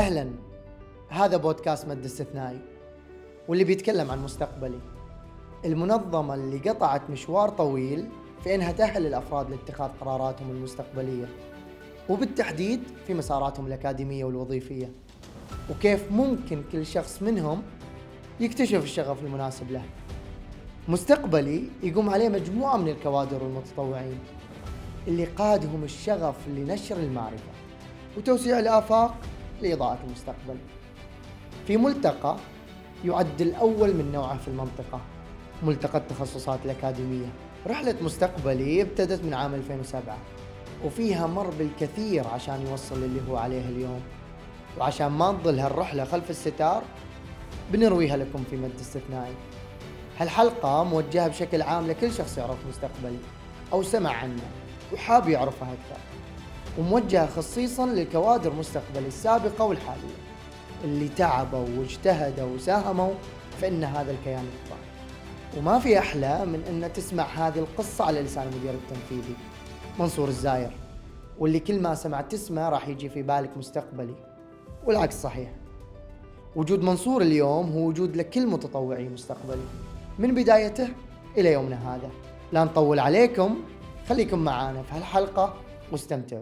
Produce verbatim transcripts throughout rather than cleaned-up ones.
أهلا، هذا بودكاست مد استثنائي واللي بيتكلم عن مستقبلي، المنظمة اللي قطعت مشوار طويل في إنها تأهل الأفراد لاتخاذ قراراتهم المستقبلية، وبالتحديد في مساراتهم الأكاديمية والوظيفية، وكيف ممكن كل شخص منهم يكتشف الشغف المناسب له. مستقبلي يقوم عليه مجموعة من الكوادر والمتطوعين اللي قادهم الشغف لنشر المعرفة وتوسيع الآفاق لإضاءة المستقبل، في ملتقى يعد الأول من نوعه في المنطقة، ملتقى التخصصات الأكاديمية. رحلة مستقبلي ابتدت من عام ألفين وسبعة، وفيها مر بالكثير عشان يوصل اللي هو عليه اليوم، وعشان ما نظل هالرحلة خلف الستار بنرويها لكم في مد استثنائي. هالحلقة موجهة بشكل عام لكل شخص يعرف مستقبلي أو سمع عنه وحاب يعرفها أكثر، وموجهة خصيصاً للكوادر مستقبلي السابقة والحالية اللي تعبوا واجتهدوا وساهموا في إن هذا الكيان يكبر. وما في أحلى من إن تسمع هذه القصة على لسان المدير التنفيذي منصور الزاير، واللي كل ما سمعت اسمه راح يجي في بالك مستقبلي، والعكس صحيح. وجود منصور اليوم هو وجود لكل متطوعي مستقبلي من بدايته إلى يومنا هذا. لا نطول عليكم، خليكم معانا في هالحلقة واستمتعوا.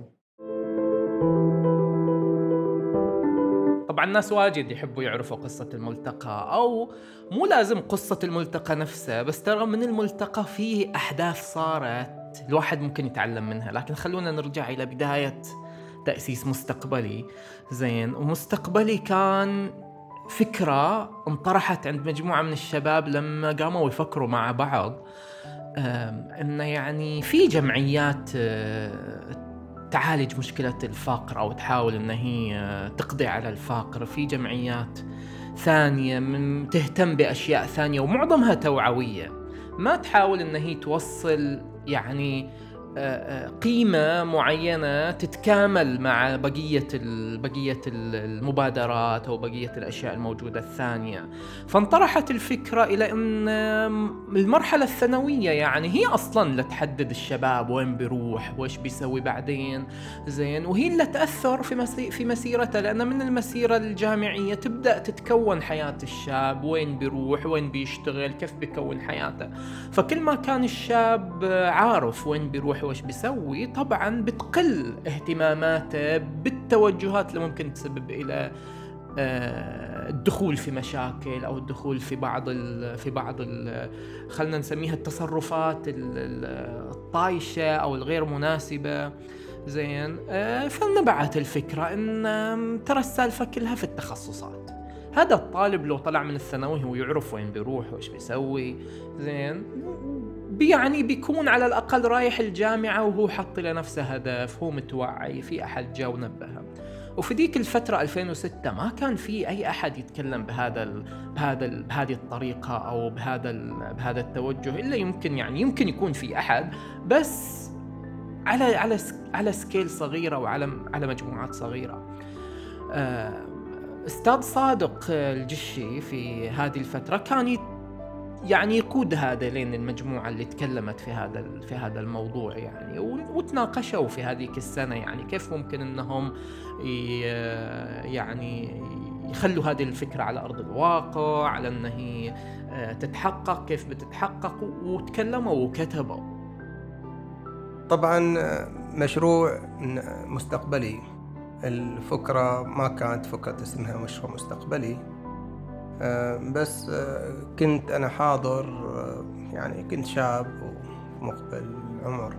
طبعا الناس واجد يحبوا يعرفوا قصة الملتقى، أو مو لازم قصة الملتقى نفسها، بس ترى من الملتقى فيه أحداث صارت الواحد ممكن يتعلم منها. لكن خلونا نرجع إلى بداية تأسيس مستقبلي. زين، ومستقبلي كان فكرة انطرحت عند مجموعة من الشباب لما قاموا يفكروا مع بعض إنه يعني في جمعيات تعالج مشكلة الفقر أو تحاول إن هي تقضي على الفقر، في جمعيات ثانية من تهتم بأشياء ثانية ومعظمها توعوية، ما تحاول إن هي توصل يعني قيمة معينة تتكامل مع بقية بقية المبادرات أو بقية الأشياء الموجودة الثانية. فانطرحت الفكرة إلى أن المرحلة الثانوية يعني هي أصلاً اللي تحدد الشباب وين بيروح وإيش بيسوي بعدين. زين، وهي اللي تأثر في مسي في مسيرته، لأن من المسيرة الجامعية تبدأ تتكون حياة الشاب، وين بيروح وين بيشتغل كيف بيكون حياته. فكل ما كان الشاب عارف وين بيروح وإيش بيسوي، طبعاً بتقل اهتماماته بالتوجهات اللي ممكن تسبب إلى الدخول في مشاكل أو الدخول في بعض ال في بعض ال خلنا نسميها التصرفات الطايشة أو الغير مناسبة. زين، فنبعت الفكرة إن ترى السالفة كلها في التخصصات. هذا الطالب لو طلع من الثانوي هو يعرف وين بيروح وإيش بيسوي. زين، يعني بيكون على الأقل رايح الجامعة وهو حط لنفسه هدف، هو متوعي، في أحد جاء ونبهه. وفي ديك الفترة ألفين وستة ما كان في أي أحد يتكلم بهذا ال بهذا ال بهذه الطريقة أو بهذا ال بهذا التوجه، إلا يمكن يعني يمكن يكون في أحد، بس على على على سكيل صغيرة وعلى على مجموعات صغيرة. أستاذ صادق الجشي في هذه الفترة كان يعني يقود هذا لين المجموعة اللي تكلمت في هذا في هذا الموضوع يعني، وتناقشوا في هذه السنة يعني كيف ممكن إنهم يعني يخلوا هذه الفكرة على أرض الواقع، على أن هي تتحقق، كيف بتتحقق، وتكلموا وكتبوا. طبعا مشروع مستقبلي، الفكرة ما كانت فكرة اسمها مشروع مستقبلي، بس كنت أنا حاضر، يعني كنت شاب ومقبل العمر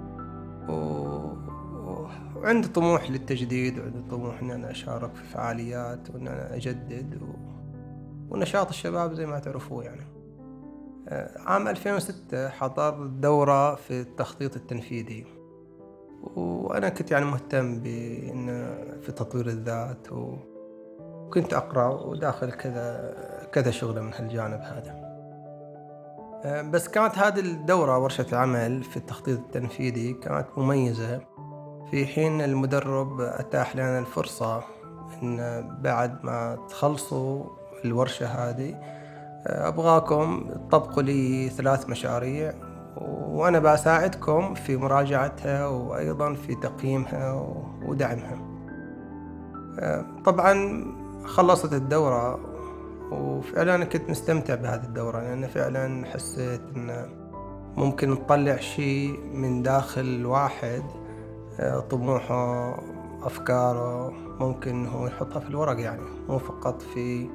وعندي طموح للتجديد، وعندي طموح أن أنا أشارك في فعاليات وأن أنا أجدد و... ونشاط الشباب زي ما تعرفوا يعني. عام ألفين وستة حضر دورة في التخطيط التنفيذي، وأنا كنت يعني مهتم بإن في تطوير الذات، وكنت أقرأ وداخل كذا كذا شغلة من هالجانب هذا. بس كانت هذه الدورة ورشة عمل في التخطيط التنفيذي كانت مميزة، في حين المدرب أتاح لنا الفرصة إن بعد ما تخلصوا الورشة هذه أبغاكم تطبقوا لي ثلاث مشاريع، وأنا بساعدكم في مراجعتها وأيضا في تقييمها ودعمها. طبعا خلصت الدورة وفعلا كنت مستمتع بهذه الدورة، لأن يعني فعلا حسيت أن ممكن نطلع شيء من داخل الواحد، طموحه أفكاره ممكن هو يحطها في الورق، يعني مو فقط في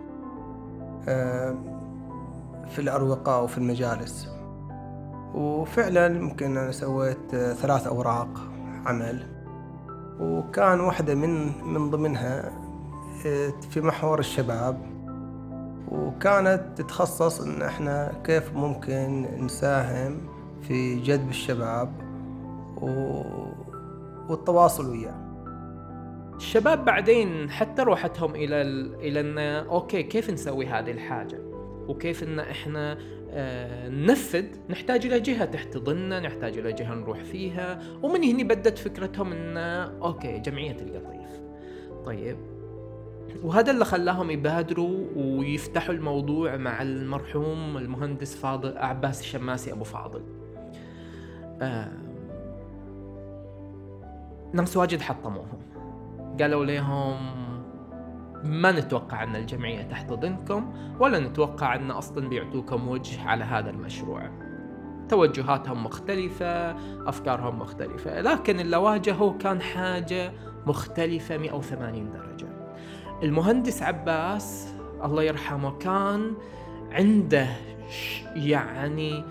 في الأروقة أو في المجالس. وفعلا ممكن أنا سويت ثلاث أوراق عمل، وكان واحدة من من ضمنها في محور الشباب، وكانت تتخصص إن إحنا كيف ممكن نساهم في جذب الشباب والتواصل وياه. الشباب بعدين حتى روحتهم إلى ال... إلى إن أوكي كيف نسوي هذه الحاجة، وكيف إن إحنا آه ننفذ. نحتاج إلى جهة تحتضننا، نحتاج إلى جهة نروح فيها. ومن هنا بدت فكرتهم إن أوكي جمعية القطيف. طيب، وهذا اللي خلاهم يبادروا ويفتحوا الموضوع مع المرحوم المهندس فاضل عباس الشماسي أبو فاضل. آه ناس واجد حطموهم، قالوا لهم ما نتوقع أن الجمعية تحتضنكم، ولا نتوقع أن أصلا بيعطوكم وجه على هذا المشروع. توجهاتهم مختلفة، أفكارهم مختلفة، لكن اللي واجهه كان حاجة مختلفة مئة وثمانين درجة. المهندس عباس الله يرحمه كان عنده يعني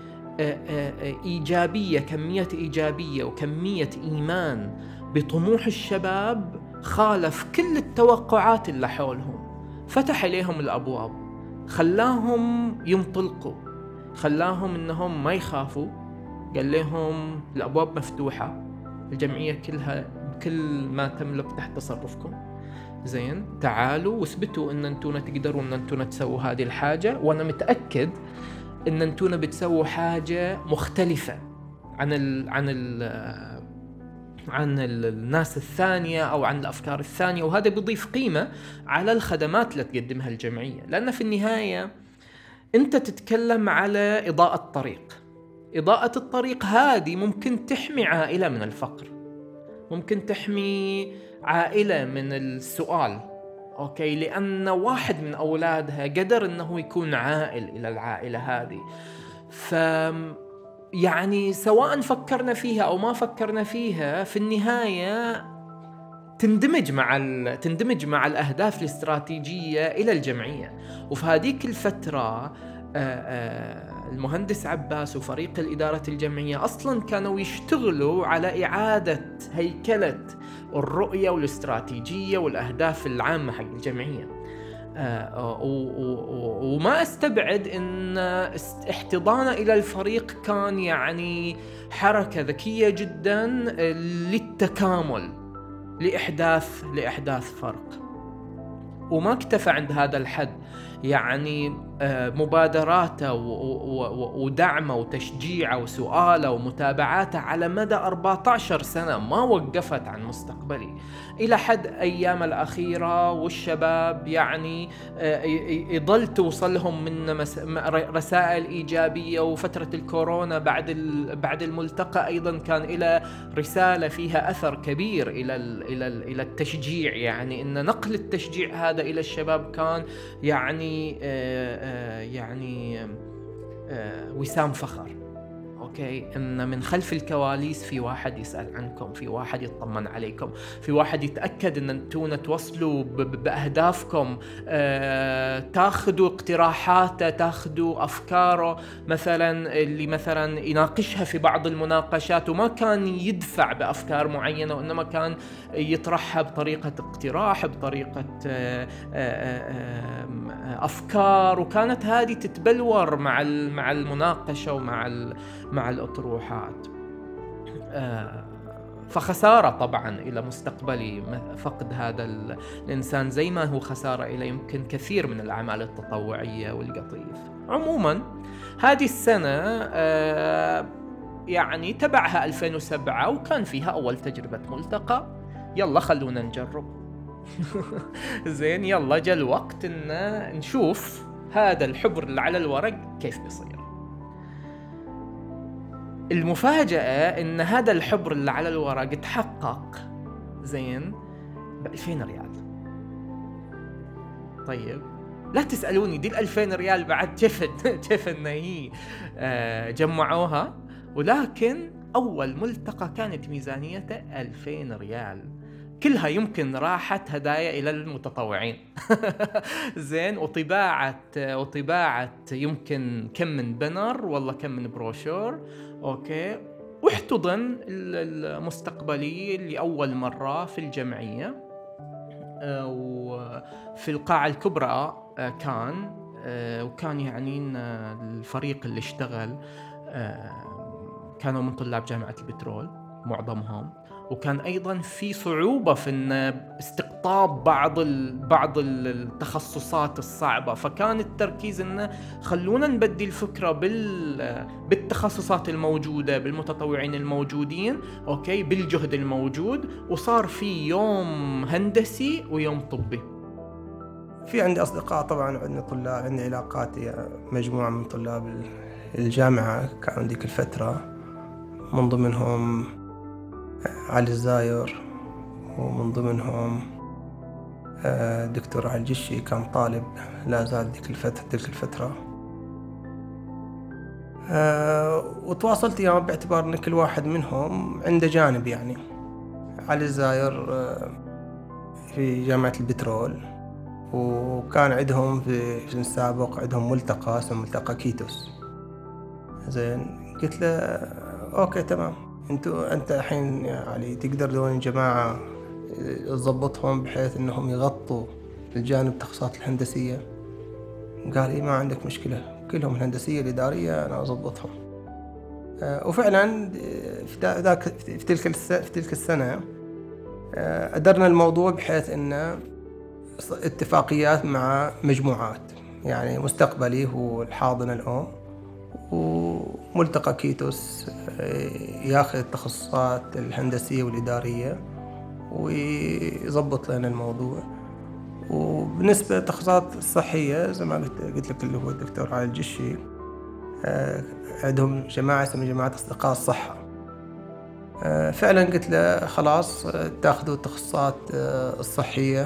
إيجابية، كمية إيجابية وكمية إيمان بطموح الشباب خالف كل التوقعات اللي حولهم. فتح إليهم الأبواب، خلاهم ينطلقوا، خلاهم إنهم ما يخافوا. قال لهم الأبواب مفتوحة، الجمعية كلها كل ما تملك تحت تصرفكم. زين، تعالوا واثبتوا إن أنتونا تقدروا إن أنتونا تسووا هذه الحاجة، وأنا متأكد إن أنتونا بتسووا حاجة مختلفة عن ال عن ال عن الناس الثانية أو عن الأفكار الثانية، وهذا بيضيف قيمة على الخدمات اللي تقدمها الجمعية. لأن في النهاية أنت تتكلم على إضاءة الطريق. إضاءة الطريق هذه ممكن تحمي عائلة من الفقر، ممكن تحمي عائلة من السؤال، أوكي، لأن واحد من أولادها قدر أنه يكون عائل إلى العائلة هذه. ف يعني سواء فكرنا فيها أو ما فكرنا فيها، في النهاية تندمج مع تندمج مع الأهداف الاستراتيجية إلى الجمعية. وفي هذيك الفترة المهندس عباس وفريق الإدارة الجمعية أصلاً كانوا يشتغلوا على إعادة هيكلة الرؤية والاستراتيجية والأهداف العامة حق الجمعية. آه وما استبعد ان احتضانه الى الفريق كان يعني حركة ذكية جدا للتكامل، لإحداث لإحداث فرق. وما اكتفى عند هذا الحد، يعني مبادراته ودعمه وتشجيعه وسؤاله ومتابعاته على مدى أربعة عشر سنة ما وقفت عن مستقبلي إلى حد أيام الأخيرة. والشباب يعني يضل توصلهم من رسائل إيجابية. وفترة الكورونا بعد بعد الملتقى أيضا كان إلى رسالة فيها أثر كبير إلى إلى إلى التشجيع، يعني إن نقل التشجيع هذا إلى الشباب كان يعني يعني وسام فخر. أوكي، إن من خلف الكواليس في واحد يسأل عنكم، في واحد يطمن عليكم، في واحد يتأكد إن أنتوا توصلوا بأهدافكم، أه، تاخذوا اقتراحاته، تاخذوا أفكاره مثلا اللي مثلا يناقشها في بعض المناقشات، وما كان يدفع بأفكار معينة، وإنما كان يطرحها بطريقة اقتراح، بطريقة أه أه أفكار، وكانت هذه تتبلور مع مع المناقشة ومع مع الأطروحات. آه فخسارة طبعا إلى مستقبلي فقد هذا الإنسان، زي ما هو خسارة إلى يمكن كثير من الأعمال التطوعية والقطيف. عموما هذه السنة آه يعني تبعها ألفين وسبعة، وكان فيها أول تجربة ملتقى. يلا خلونا نجرب. زين، يلا جاء الوقت إن نشوف هذا الحبر اللي على الورق كيف بيصير. المفاجأة إن هذا الحبر اللي على الورق تحقق زين بألفين ريال. طيب لا تسألوني دي الألفين ريال بعد كيف كيف إن هي آه جمعوها، ولكن أول ملتقى كانت ميزانيته ألفين ريال، كلها يمكن راحت هدايا إلى المتطوعين. زين، وطباعة وطباعة يمكن كم من بنر والله كم من بروشور. أوكي، واحتضن المستقبلي لأول مرة في الجمعية، وفي القاعة الكبرى كان وكان يعني الفريق اللي اشتغل كانوا من طلاب جامعة البترول معظمهم، وكان أيضا في صعوبة في إن استقطاب بعض بعض التخصصات الصعبة، فكان التركيز إنه خلونا نبدي الفكرة بال بالتخصصات الموجودة بالمتطوعين الموجودين، أوكي، بالجهد الموجود، وصار في يوم هندسي ويوم طبي. في عندي أصدقاء طبعا، عندنا طلاب، عندي علاقات، مجموعة من طلاب الجامعة كانوا ديك الفترة، من ضمنهم علي الزاير، ومن ضمنهم دكتور علي الجشي كان طالب لا زال ديك الفترة ديك الفترة وتواصلت يوم باعتبار أن كل واحد منهم عنده جانب. يعني علي الزاير في جامعة البترول، وكان عندهم في السابق عندهم ملتقى اسمه ملتقى كيتوس. زين، قلت له أوكي تمام، انتوا انت الحين يعني تقدر دون الجماعة تضبطهم بحيث انهم يغطوا الجانب التخصصات الهندسية؟ قال ايه، ما عندك مشكلة، كلهم الهندسية الإدارية انا اضبطهم. آه وفعلا في ذاك في تلك السنة في تلك السنة آه أدرنا الموضوع بحيث ان اتفاقيات مع مجموعات، يعني مستقبلي هو الحاضنة الأم، وملتقى كيتوس ياخذ التخصصات الهندسية والإدارية ويضبط لنا الموضوع. وبالنسبة للتخصصات الصحية زي ما قلت, قلت لك اللي هو الدكتور علي الجشي، عندهم جماعة اسمها جماعة أصدقاء الصحة. فعلا قلت له خلاص تاخذوا التخصصات الصحية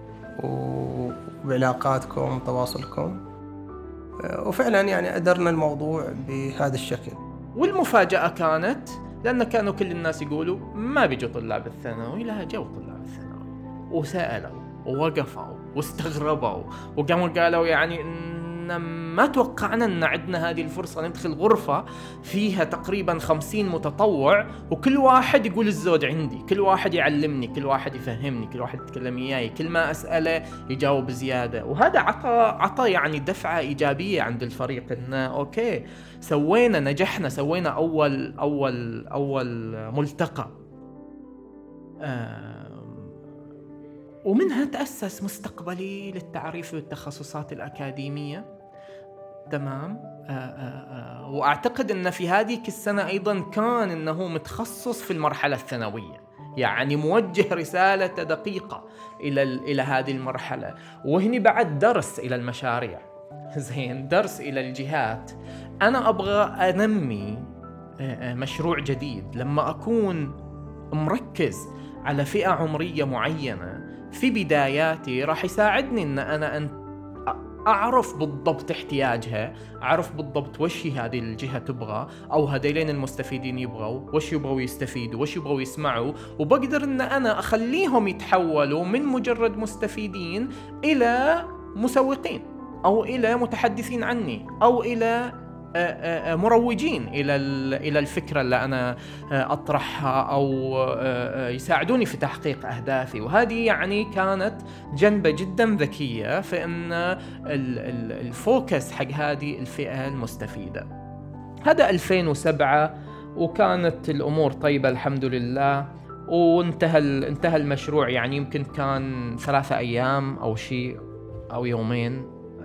وبعلاقاتكم وتواصلكم، وفعلا يعني أدرنا الموضوع بهذا الشكل. والمفاجأة كانت لأن كانوا كل الناس يقولوا ما بيجوا طلاب الثانوي، لا جو طلاب الثانوي، وسألوا ووقفوا واستغربوا وقاموا قالوا يعني إن ما توقعنا أن عندنا هذه الفرصة ندخل غرفة فيها تقريبا خمسين متطوع، وكل واحد يقول الزود عندي، كل واحد يعلمني، كل واحد يفهمني، كل واحد يتكلم إياي، كل ما أسأله يجاوب زيادة. وهذا عطى عطى يعني دفعة إيجابية عند الفريق، إنه أوكي سوينا نجحنا، سوينا أول أول أول ملتقى، آه ومنها تأسس مستقبلي للتعريف بالتخصصات الأكاديمية. تمام. آآ آآ وأعتقد أن في هذه السنة أيضا كان أنه متخصص في المرحلة الثانوية، يعني موجه رسالة دقيقة إلى إلى هذه المرحلة. وهني بعد درس إلى المشاريع، زين، درس إلى الجهات. أنا أبغى أنمي مشروع جديد لما أكون مركز على فئة عمرية معينة في بداياتي، راح يساعدني أن أنا أن أعرف بالضبط احتياجها، أعرف بالضبط وش هي هذه الجهة تبغى، أو هذيلين المستفيدين يبغوا وش يبغوا يستفيدوا، وش يبغوا يسمعوا، وبقدر أن أنا أخليهم يتحولوا من مجرد مستفيدين إلى مسوقين، أو إلى متحدثين عني، أو إلى مروجين إلى إلى الفكرة اللي أنا أطرحها، أو يساعدوني في تحقيق أهدافي. وهذه يعني كانت جنبة جدا ذكية في أن الفوكس حق هذه الفئة المستفيدة. هذا ألفين وسبعة، وكانت الأمور طيبة الحمد لله، وانتهى انتهى المشروع. يعني يمكن كان ثلاثة أيام أو شيء أو يومين،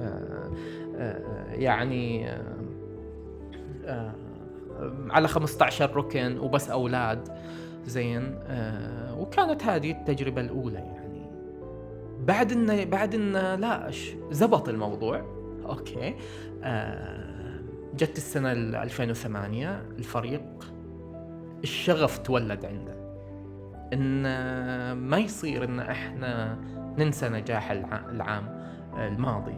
يعني آه على خمسة عشر ركن وبس أولاد. زين، آه وكانت هذه التجربة الأولى. يعني بعد إن بعد إن لا زبط الموضوع، أوكي، آه جت السنة ألفين وثمانية، الفريق الشغف تولد عنده إن ما يصير إن إحنا ننسى نجاح العام. الماضي.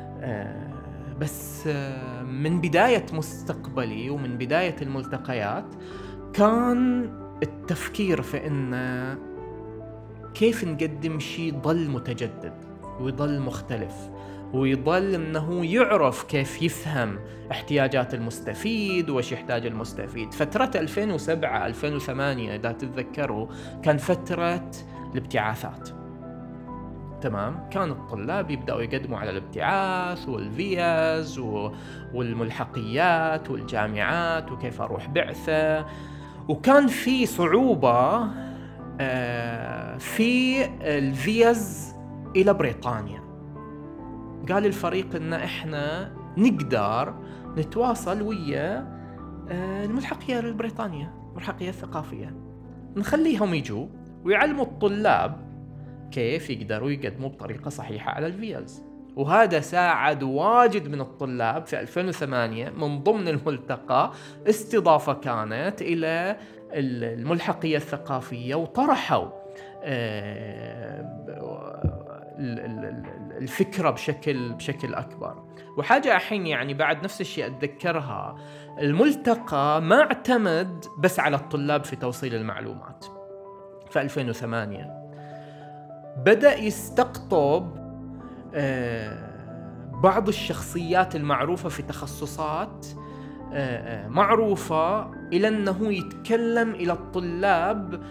بس من بداية مستقبلي ومن بداية الملتقيات كان التفكير في إن كيف نقدم شيء ضل متجدد ويضل مختلف ويضل إنه يعرف كيف يفهم احتياجات المستفيد وش يحتاج المستفيد. فترة ألفين وسبعة ألفين وثمانية إذا تتذكروا كان فترة الابتعاثات، تمام؟ كان الطلاب يبدأوا يقدموا على الابتعاث والفيز والملحقيات والجامعات وكيف أروح بعثة، وكان في صعوبة في الفيز إلى بريطانيا. قال الفريق إن إحنا نقدر نتواصل ويا الملحقية البريطانية، الملحقية الثقافية، نخليهم يجوا ويعلموا الطلاب كيف يقدروا يقدموا بطريقة صحيحة على الفيز. وهذا ساعد واجد من الطلاب في ألفين وثمانية. من ضمن الملتقى استضافة كانت إلى الملحقية الثقافية وطرحوا الفكرة بشكل بشكل أكبر. وحاجة الحين يعني بعد نفس الشيء أتذكرها، الملتقى ما اعتمد بس على الطلاب في توصيل المعلومات. في ألفين وثمانية بدأ يستقطب بعض الشخصيات المعروفة في تخصصات معروفة إلى أنه يتكلم إلى الطلاب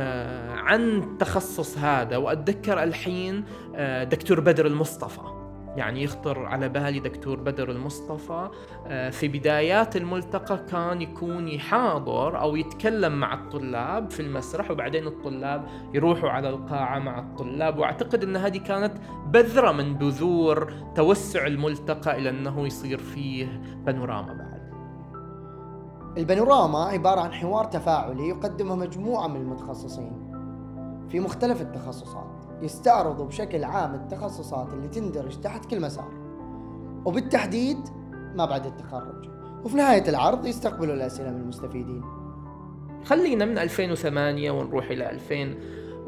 عن تخصص هذا. وأتذكر الحين دكتور بدر المصطفى، يعني يخطر على بالي دكتور بدر المصطفى في بدايات الملتقى كان يكون يحاضر أو يتكلم مع الطلاب في المسرح، وبعدين الطلاب يروحوا على القاعة مع الطلاب. وأعتقد أن هذه كانت بذرة من بذور توسع الملتقى إلى أنه يصير فيه بانوراما. بعد البانوراما عبارة عن حوار تفاعلي يقدمه مجموعة من المتخصصين في مختلف التخصصات، يستعرضوا بشكل عام التخصصات اللي تندرج تحت كل مسار، وبالتحديد ما بعد التخرج، وفي نهاية العرض يستقبلوا الأسئلة من المستفيدين. خلينا من ألفين وثمانية ونروح إلى ألفين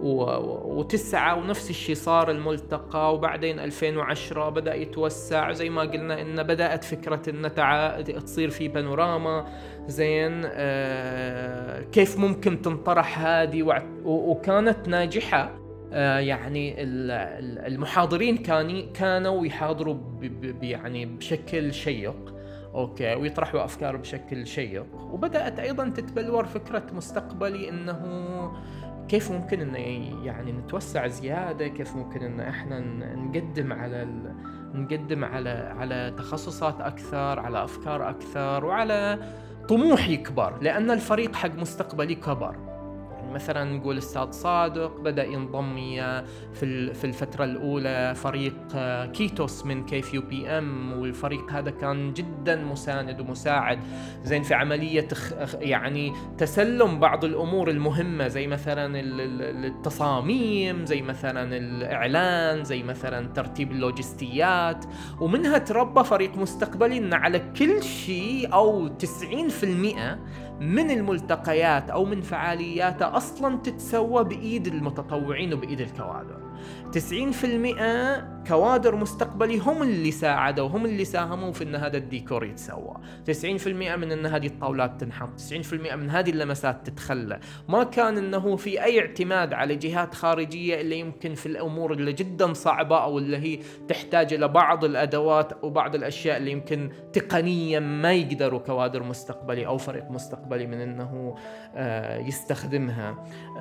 وتسعة ونفس الشيء صار الملتقى. وبعدين ألفين وعشرة بدأ يتوسع زي ما قلنا، إن بدأت فكرة إن تع... تصير في بانوراما زين. آه كيف ممكن تنطرح هذه وع... وكانت ناجحة. آه يعني المحاضرين كانوا كانوا يحاضروا ب... ب... يعني بشكل شيق، أوكي، ويطرحوا أفكار بشكل شيق. وبدأت أيضا تتبلور فكرة مستقبلي إنه كيف ممكن إن يعني نتوسع زيادة، كيف ممكن إن إحنا نقدم على ال... نقدم على على تخصصات أكثر، على أفكار أكثر، وعلى طموح يكبر، لأن الفريق حق مستقبلي كبر. مثلا نقول أستاذ صادق بدأ ينضم في في الفترة الأولى فريق كيتوس من كيف يو بي ام، والفريق هذا كان جدا مساند ومساعد زين في عملية يعني تسلم بعض الأمور المهمة، زي مثلا التصاميم، زي مثلا الإعلان، زي مثلا ترتيب اللوجستيات. ومنها تربى فريق مستقبلي إن على كل شيء أو تسعين بالمئة من الملتقيات أو من فعالياته أصلاً تتسوى بإيد المتطوعين وبإيد الكوادر. تسعين بالمئة كوادر مستقبلي هم اللي ساعدوا، هم اللي ساهموا في أن هذا الديكور يتسوى. تسعين بالمئة من أن هذه الطاولات تنحط، تسعين بالمئة من هذه اللمسات تتخلى. ما كان أنه في أي اعتماد على جهات خارجية اللي يمكن في الأمور اللي جدا صعبة أو اللي هي تحتاج إلى بعض الأدوات وبعض الأشياء اللي يمكن تقنيا ما يقدروا كوادر مستقبلي أو فريق مستقبلي من أنه يستخدمها.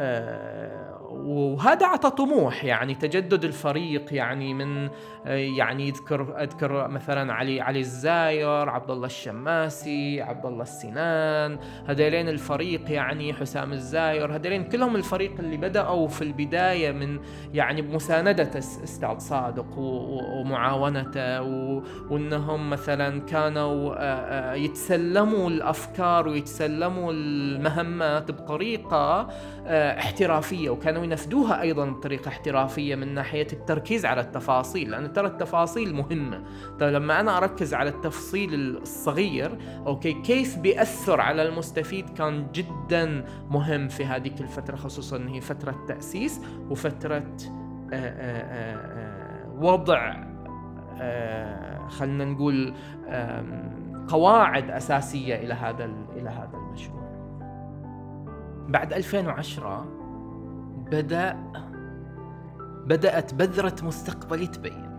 وهذا عطى طموح، يعني تجدد الفريق. يعني من يعني يذكر أذكر مثلا علي علي الزاير، عبد الله الشماسي، عبد الله السنان، هذين الفريق، يعني حسام الزاير، هذين كلهم الفريق اللي بدأوا في البداية من يعني بمساندة أستاذ صادق ومعاونته، وأنهم مثلا كانوا يتسلموا الأفكار ويتسلموا المهمات بطريقة احترافية، وكانوا ينفذوها أيضا بطريقة احترافية من ناحية التركيز على التفاصيل، لأن ترى التفاصيل مهمة. ترى لما أنا أركز على التفصيل الصغير أوكي كيف بيأثر على المستفيد كان جدا مهم في هذه الفترة، خصوصا أن هي فترة تأسيس وفترة آآ آآ وضع آه خلنا نقول قواعد أساسية إلى هذا إلى هذا المشروع. بعد ألفين وعشرة بدأ بدأت بذرة مستقبلي تبين.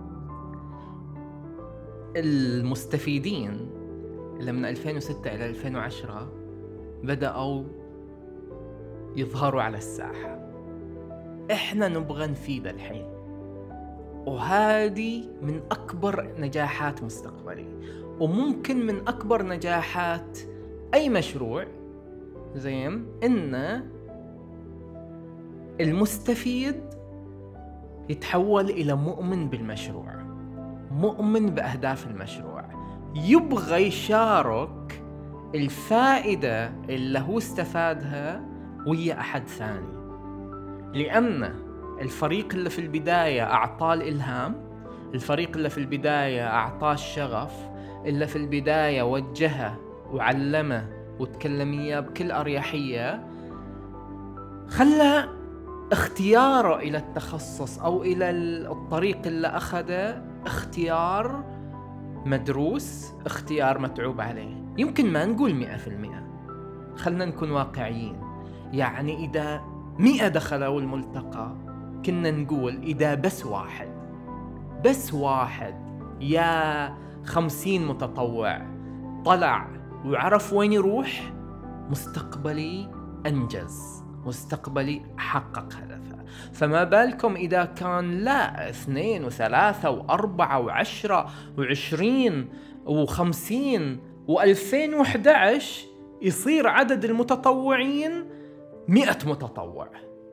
المستفيدين اللي من ألفين وستة إلى ألفين وعشرة بدأوا يظهروا على الساحة. إحنا نبغى نفيد الحين، وهذه من أكبر نجاحات مستقبلي، وممكن من أكبر نجاحات أي مشروع، زين، إن المستفيد يتحول إلى مؤمن بالمشروع، مؤمن بأهداف المشروع، يبغى يشارك الفائدة اللي هو استفادها ويا أحد ثاني. لأن الفريق اللي في البداية أعطاه الإلهام، الفريق اللي في البداية أعطاه الشغف، اللي في البداية وجهه وعلمه وتكلم إياه بكل أريحية، خلى اختياره إلى التخصص أو إلى الطريق اللي أخذه اختيار مدروس، اختيار متعوب عليه. يمكن ما نقول مئة في المئة، خلنا نكون واقعيين. يعني إذا مئة دخلوا الملتقى كنا نقول إذا بس واحد بس واحد يا خمسين متطوع طلع وعرف وين يروح، مستقبلي أنجز، مستقبلي حقق هدفه. فما بالكم إذا كان لا اثنين وثلاثة وأربعة وعشرة وعشرين وخمسين وألفين وإحدى عشر يصير عدد المتطوعين مئة متطوع،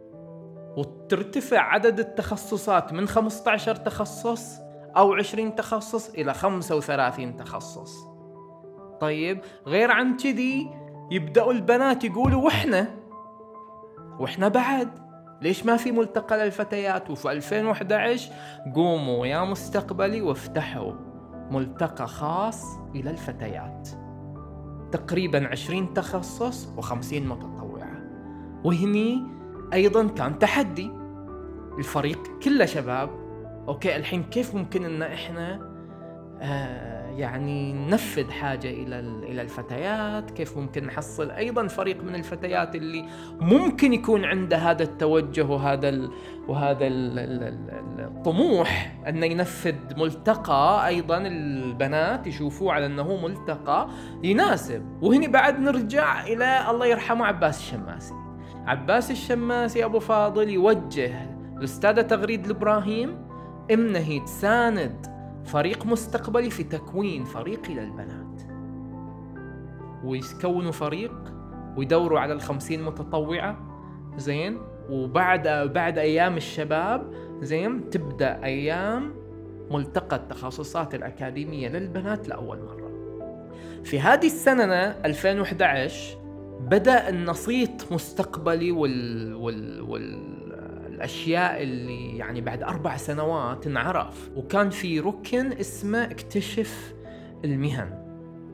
وترتفع عدد التخصصات من خمسة عشر تخصص أو عشرين تخصص إلى خمسة وثلاثين تخصص. طيب غير عن كذي يبدأوا البنات يقولوا وإحنا وإحنا بعد ليش ما في ملتقى للفتيات؟ وفي ألفين وإحدى عشر قوموا يا مستقبلي وافتحوا ملتقى خاص إلى الفتيات، تقريبا عشرين تخصص وخمسين متطوعة. وهني أيضا كان تحدي، الفريق كله شباب. أوكي الحين كيف ممكن أن إحنا آه يعني ننفذ حاجة إلى إلى الفتيات؟ كيف ممكن نحصل أيضا فريق من الفتيات اللي ممكن يكون عنده هذا التوجه وهذا ال وهذا ال ال الطموح أن ينفذ ملتقى أيضا البنات يشوفوه على أنه ملتقى يناسب. وهنا بعد نرجع إلى الله يرحمه عباس الشماسي. عباس الشماسي أبو فاضل يوجه الأستاذة تغريد الإبراهيم إنه تساند فريق مستقبلي في تكوين فريق للبنات، ويكونوا فريق ويدوروا على الخمسين متطوعة، زين. وبعد بعد أيام الشباب، زين، تبدأ أيام ملتقى التخصصات الأكاديمية للبنات لأول مرة. في هذه السنة ألفين وإحدى عشر بدأ النصيت مستقبلي وال وال وال الأشياء اللي يعني بعد أربع سنوات انعرف. وكان في ركن اسمه اكتشف المهن،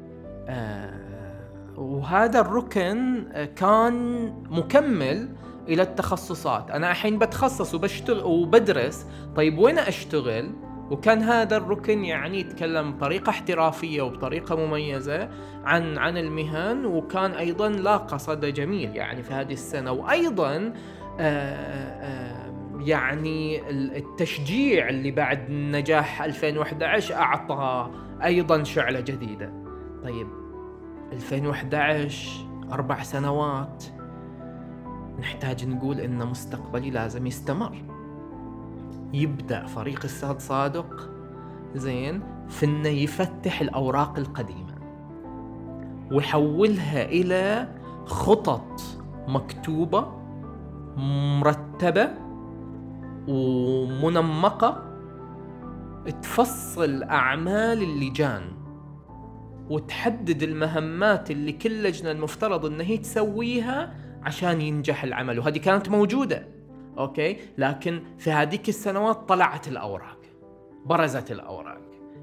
آه وهذا الركن كان مكمل إلى التخصصات. أنا الحين بتخصص وبشتغل وبدرس، طيب وين أشتغل؟ وكان هذا الركن يعني يتكلم بطريقة احترافية وبطريقة مميزة عن عن المهن، وكان أيضا لاقى صدى جميل يعني في هذه السنة. وأيضا آآ آآ يعني التشجيع اللي بعد نجاح ألفين وإحدى عشر أعطى أيضا شعلة جديدة. طيب ألفين وإحدى عشر أربع سنوات، نحتاج نقول إن مستقبلي لازم يستمر. يبدأ فريق الساد صادق، زين، في إنه يفتح الأوراق القديمة ويحولها إلى خطط مكتوبة مرتبة ومنمقة تفصل أعمال اللجان وتحدد المهمات اللي كل لجنة المفترض أنها هي تسويها عشان ينجح العمل. وهذه كانت موجودة، أوكي، لكن في هذيك السنوات طلعت الأوراق، برزت الأوراق.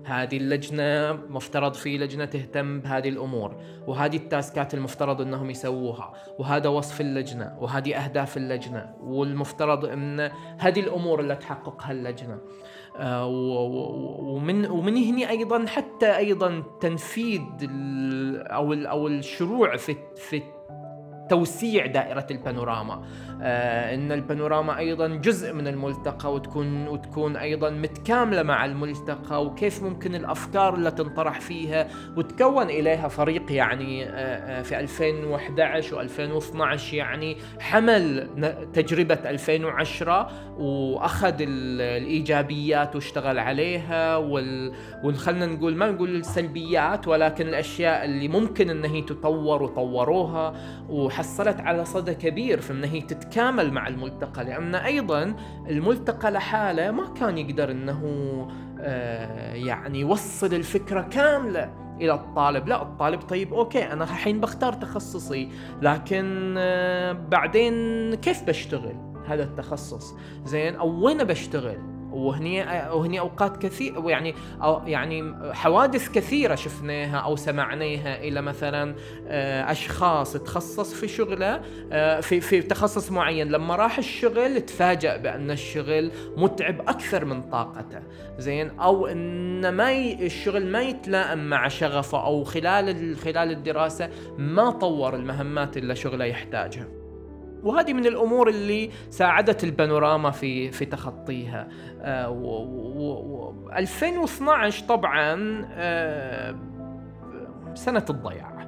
هذه اللجنة مفترض في لجنة تهتم بهذه الأمور، وهذه التاسكات المفترض أنهم يسووها، وهذا وصف اللجنة، وهذه أهداف اللجنة، والمفترض أن هذه الأمور اللي تحققها اللجنة. آه ومن ومن هنا أيضا حتى أيضا تنفيذ أو أو الشروع في في توسيع دائرة البانوراما، آه إن البانوراما أيضا جزء من الملتقى، وتكون وتكون أيضا متكاملة مع الملتقى، وكيف ممكن الأفكار اللي تنطرح فيها وتكون إليها فريق. يعني آه في ألفين وإحدى عشر وألفين واثني عشر يعني حمل تجربة ألفين وعشرة وأخذ الإيجابيات واشتغل عليها، وخلنا نقول ما نقول السلبيات ولكن الأشياء اللي ممكن أنها تطور وطوروها، وحصلت على صدى كبير في أنه تتكامل مع الملتقى. لأن أيضا الملتقى لحاله ما كان يقدر أنه آه يعني يوصل الفكرة كاملة إلى الطالب. لا، الطالب طيب أوكي أنا الحين بختار تخصصي، لكن آه بعدين كيف بشتغل هذا التخصص زين، أو وين بشتغل؟ وهني وهني اوقات كثير يعني أو يعني حوادث كثيره شفناها او سمعناها الى مثلا اشخاص تخصص في شغله في في تخصص معين، لما راح الشغل تفاجأ بان الشغل متعب اكثر من طاقته زين، او ان ما ي... الشغل ما يتلائم مع شغفه، او خلال خلال الدراسه ما طور المهمات اللي شغله يحتاجها. وهذه من الأمور اللي ساعدت البانوراما في في تخطيها. آه و و و ألفين واثني عشر طبعا آه سنة الضياع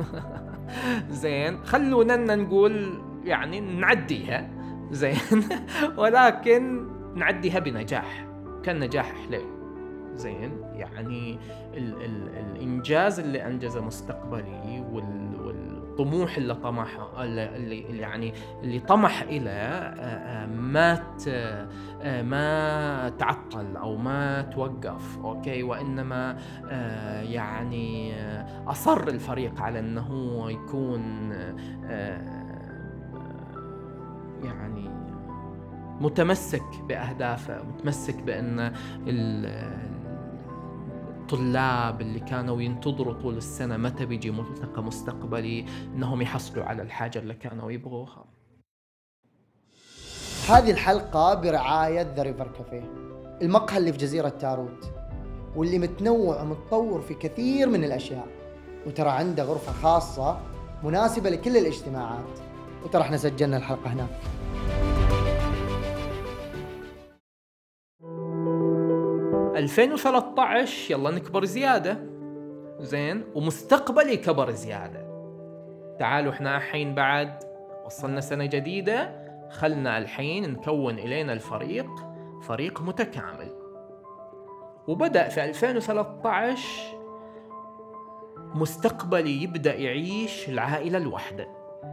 زين، خلونا نقول يعني نعديها زين ولكن نعديها بنجاح، كان نجاح حلو زين. يعني ال ال الإنجاز اللي أنجزه مستقبلي وال الطموح اللي طمح اللي يعني اللي طمح إلى ما ما تعطل أو ما توقف أوكي، وإنما يعني أصر الفريق على أنه يكون يعني متمسك بأهدافه، متمسك بأن الطلاب اللي كانوا ينتظروا طول السنة متى بيجي ملتقى مستقبلي إنهم يحصلوا على الحاجة اللي كانوا يبغوها. هذه الحلقة برعاية ذا ريفر كافيه، المقهى اللي في جزيرة تاروت، واللي متنوع ومتطور في كثير من الأشياء، وترى عنده غرفة خاصة مناسبة لكل الاجتماعات، وترى احنا سجلنا الحلقة هناك. ألفين وثلاثة عشر يلا نكبر زيادة زين، ومستقبلي كبر زيادة. تعالوا احنا الحين بعد وصلنا سنة جديدة، خلنا الحين نكون إلينا الفريق فريق متكامل. وبدأ في ألفين وثلاثة عشر مستقبلي يبدأ يعيش العائلة الوحدة.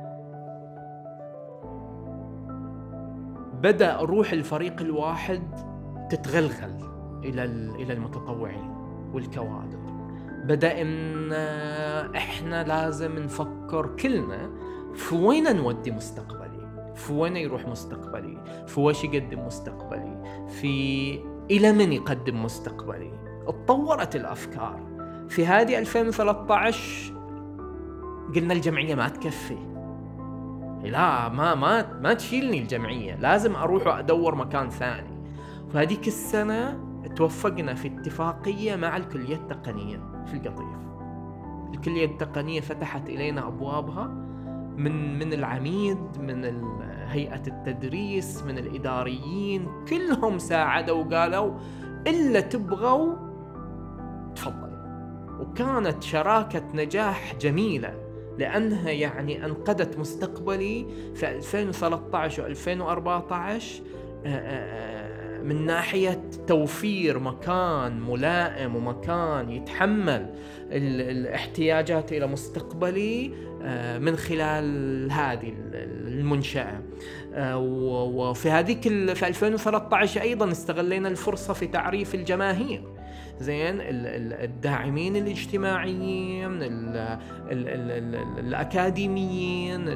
بدأ روح الفريق الواحد تتغلغل إلى إلى المتطوعين والكوادر. بدأ إن إحنا لازم نفكر كلنا في وين نودي مستقبلي، في وين يروح مستقبلي، في وش يقدم مستقبلي، في إلى من يقدم مستقبلي. اتطورت الأفكار. في هذه ألفين وثلاثة عشر قلنا الجمعية ما تكفي، لا ما ما ما تشيلني الجمعية، لازم أروح وأدور مكان ثاني. فهذيك السنة توفقنا في اتفاقية مع الكلية التقنية في القطيف. الكلية التقنية فتحت إلينا أبوابها من من العميد، من هيئة التدريس، من الإداريين، كلهم ساعدوا وقالوا إلا تبغوا تفضلوا. وكانت شراكة نجاح جميلة لأنها يعني أنقذت مستقبلي في ألفين وثلاثة عشر وألفين وأربعة عشر من ناحية توفير مكان ملائم ومكان يتحمل الاحتياجات إلى مستقبلي من خلال هذه المنشأة. وفي هذيك في ألفين وثلاثة عشر أيضا استغلينا الفرصة في تعريف الجماهير زين، الداعمين الاجتماعيين، الأكاديميين،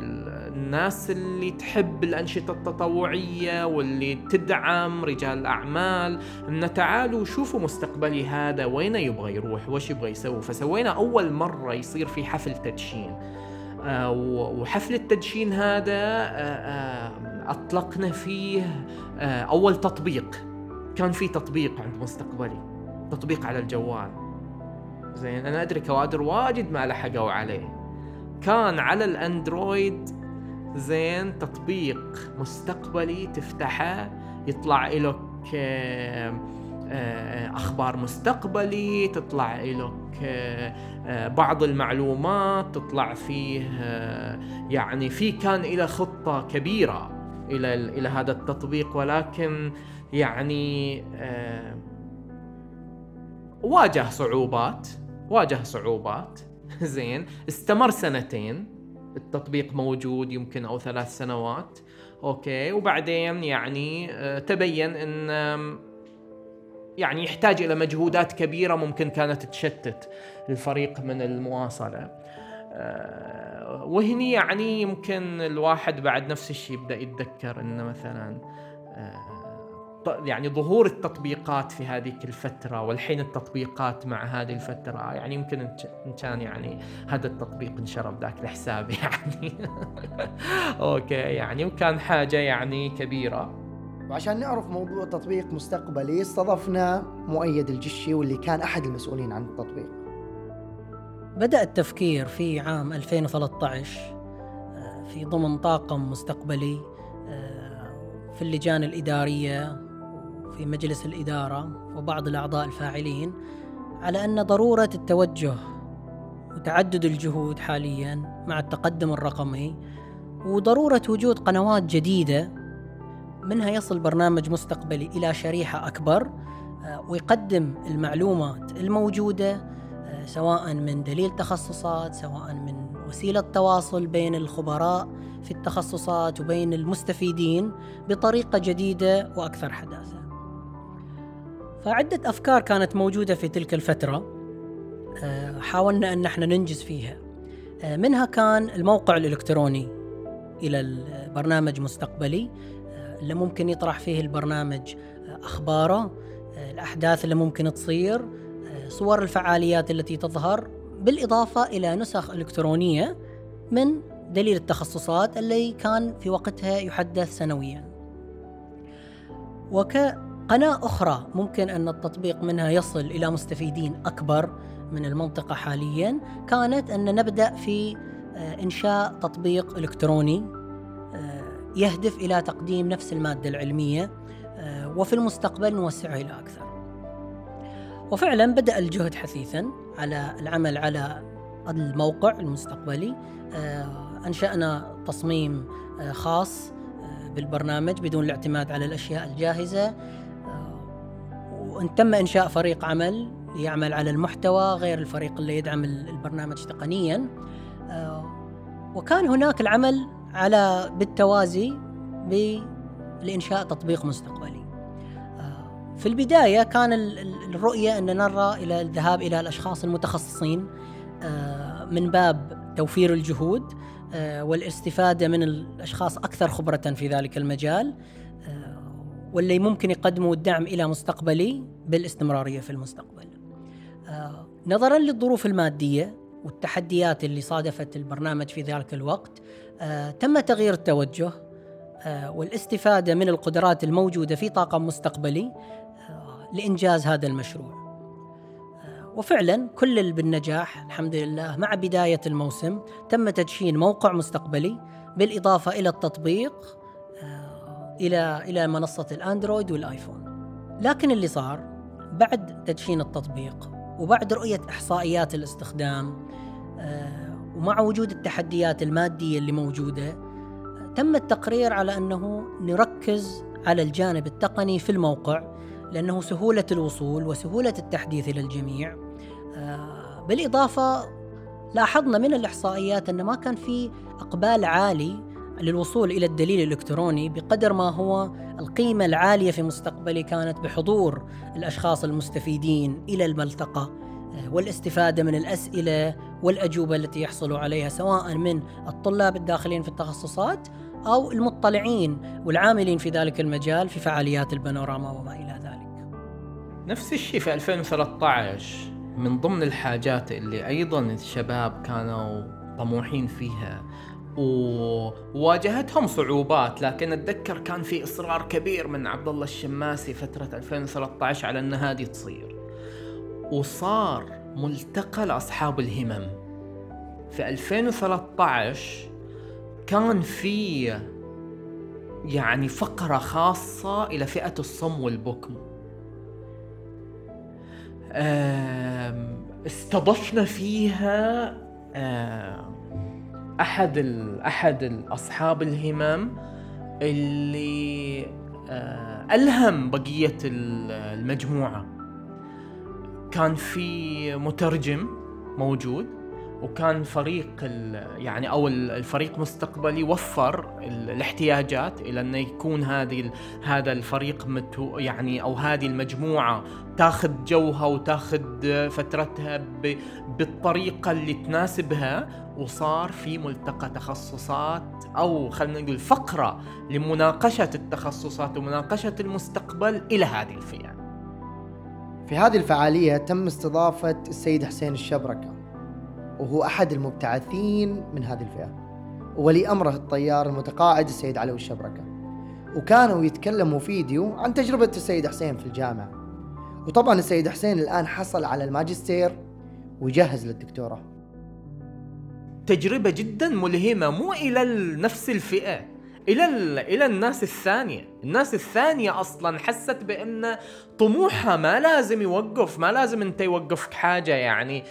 الناس اللي تحب الأنشطة التطوعية واللي تدعم رجال الأعمال، إن تعالوا شوفوا مستقبلي هذا وين يبغى يروح وش يبغى يسوي. فسوينا أول مرة يصير في حفل تدشين، آه وحفل التدشين هذا آه آه أطلقنا فيه آه أول تطبيق. كان في تطبيق عند مستقبلي، تطبيق على الجوال. زين أنا أدري كوادر واجد ما لحقوا عليه. كان على الأندرويد زين تطبيق مستقبلي، تفتحه يطلع لك أخبار مستقبلي، تطلع لك بعض المعلومات، تطلع فيه يعني في كان إلى خطة كبيرة إلى إلى هذا التطبيق، ولكن يعني واجه صعوبات واجه صعوبات زين استمر سنتين التطبيق موجود يمكن أو ثلاث سنوات. أوكي، وبعدين يعني تبين أن يعني يحتاج إلى مجهودات كبيرة ممكن كانت تشتت الفريق من المواصلة. وهني يعني يمكن الواحد بعد نفس الشيء يبدأ يتذكر أن مثلا يعني ظهور التطبيقات في هذه الفترة والحين التطبيقات مع هذه الفترة، يعني يمكن إن كان يعني هذا التطبيق انشرب ذاك الحساب يعني أوكي يعني وكان حاجة يعني كبيرة. وعشان نعرف موضوع تطبيق مستقبلي استضفنا مؤيد الجشي واللي كان أحد المسؤولين عن التطبيق. بدأ التفكير في عام ألفين وثلاثة عشر في ضمن طاقم مستقبلي في اللجان الإدارية في مجلس الإدارة وبعض الأعضاء الفاعلين على أن ضرورة التوجه وتعدد الجهود حالياً مع التقدم الرقمي وضرورة وجود قنوات جديدة منها يصل برنامج مستقبلي إلى شريحة أكبر ويقدم المعلومات الموجودة سواء من دليل تخصصات، سواء من وسيلة تواصل بين الخبراء في التخصصات وبين المستفيدين بطريقة جديدة وأكثر حداثة. فعدة أفكار كانت موجودة في تلك الفترة حاولنا أن نحن ننجز فيها. منها كان الموقع الإلكتروني إلى البرنامج مستقبلي اللي ممكن يطرح فيه البرنامج أخباره، الأحداث اللي ممكن تصير، صور الفعاليات التي تظهر، بالإضافة إلى نسخ إلكترونية من دليل التخصصات اللي كان في وقتها يحدث سنويا. وكقناة أخرى ممكن أن التطبيق منها يصل إلى مستفيدين أكبر من المنطقة حاليا، كانت أن نبدأ في إنشاء تطبيق إلكتروني يهدف إلى تقديم نفس المادة العلمية وفي المستقبل نوسعه إلى أكثر. وفعلا بدأ الجهد حثيثا على العمل على الموقع المستقبلي. أنشأنا تصميم خاص بالبرنامج بدون الاعتماد على الأشياء الجاهزة، وأن تم إنشاء فريق عمل يعمل على المحتوى غير الفريق اللي يدعم البرنامج تقنيا. وكان هناك العمل على بالتوازي لإنشاء تطبيق مستقبلي. في البداية كان الرؤية أن نرى إلى الذهاب إلى الأشخاص المتخصصين من باب توفير الجهود والاستفادة من الأشخاص أكثر خبرة في ذلك المجال، واللي ممكن يقدموا الدعم إلى مستقبلي بالاستمرارية في المستقبل. نظرا للظروف المادية والتحديات اللي صادفت البرنامج في ذلك الوقت، تم تغيير التوجه والاستفادة من القدرات الموجودة في طاقم مستقبلي لإنجاز هذا المشروع. وفعلا كل بالنجاح الحمد لله. مع بداية الموسم تم تدشين موقع مستقبلي بالإضافة إلى التطبيق إلى إلى منصة الأندرويد والآيفون. لكن اللي صار بعد تدشين التطبيق وبعد رؤية إحصائيات الاستخدام ومع وجود التحديات المادية اللي موجودة، تم التقرير على أنه نركز على الجانب التقني في الموقع، لأنه سهولة الوصول وسهولة التحديث للجميع. بالإضافة لاحظنا من الإحصائيات أن ما كان في إقبال عالي للوصول إلى الدليل الإلكتروني بقدر ما هو القيمة العالية في مستقبلي كانت بحضور الأشخاص المستفيدين إلى الملتقى والاستفادة من الأسئلة والأجوبة التي يحصلوا عليها سواء من الطلاب الداخلين في التخصصات أو المطلعين والعاملين في ذلك المجال في فعاليات البانوراما وما إلى ذلك. نفس الشيء في ألفين وثلاثة عشر من ضمن الحاجات اللي أيضا الشباب كانوا طموحين فيها وواجهتهم صعوبات، لكن أتذكر كان في إصرار كبير من عبد الله الشماسي فترة ألفين وثلاثة عشر على أن هذه تصير، وصار ملتقى لأصحاب الهمم في ألفين وثلاثة عشر. كان في يعني فقرة خاصة إلى فئة الصم والبكم. استضفنا فيها أحد أحد أصحاب الهمم اللي ألهم بقية المجموعة. كان في مترجم موجود، وكان فريق يعني أو الفريق مستقبلي وفر الاحتياجات إلى أن يكون هذه هذا الفريق متو يعني أو هذه المجموعة تاخذ جوها وتاخذ فترتها بالطريقة اللي تناسبها. وصار في ملتقى تخصصات أو خلينا نقول فقرة لمناقشة التخصصات ومناقشة المستقبل إلى هذه الفئة. في هذه الفعالية تم استضافة السيد حسين الشبركة، وهو أحد المبتعثين من هذه الفئة، وولي أمره الطيار المتقاعد السيد علوي الشبركة، وكانوا يتكلموا فيديو عن تجربة السيد حسين في الجامعة. وطبعا السيد حسين الآن حصل على الماجستير ويجهز للدكتوراه. تجربة جدا ملهمة، مو إلى نفس الفئة، إلى إلى الناس الثانية. الناس الثانية أصلا حست بأن طموحها ما لازم يوقف، ما لازم أنت يوقفك حاجة يعني.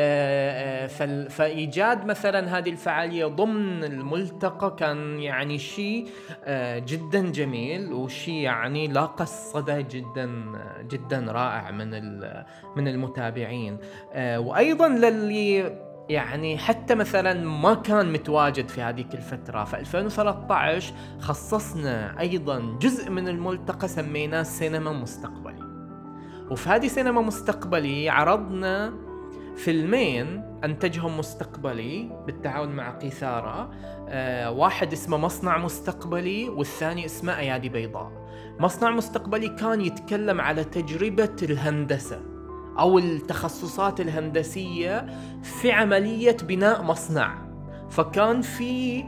فإيجاد مثلا هذه الفعالية ضمن الملتقى كان يعني شيء جدا جميل، وشيء يعني لاقى الصدى جدا جدا رائع من من المتابعين. وأيضا للي يعني حتى مثلا ما كان متواجد في هذه الفترة، في ألفين وثلاثة عشر خصصنا أيضا جزء من الملتقى سميناه سينما مستقبلي. وفي هذه سينما مستقبلي عرضنا فيلمين أنتجهم مستقبلي بالتعاون مع قيثارة. آه واحد اسمه مصنع مستقبلي والثاني اسمه أيادي بيضاء. مصنع مستقبلي كان يتكلم على تجربة الهندسة أو التخصصات الهندسية في عملية بناء مصنع. فكان في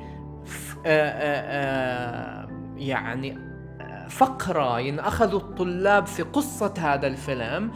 آآ آآ يعني فقرة ينأخذوا الطلاب في قصة هذا الفيلم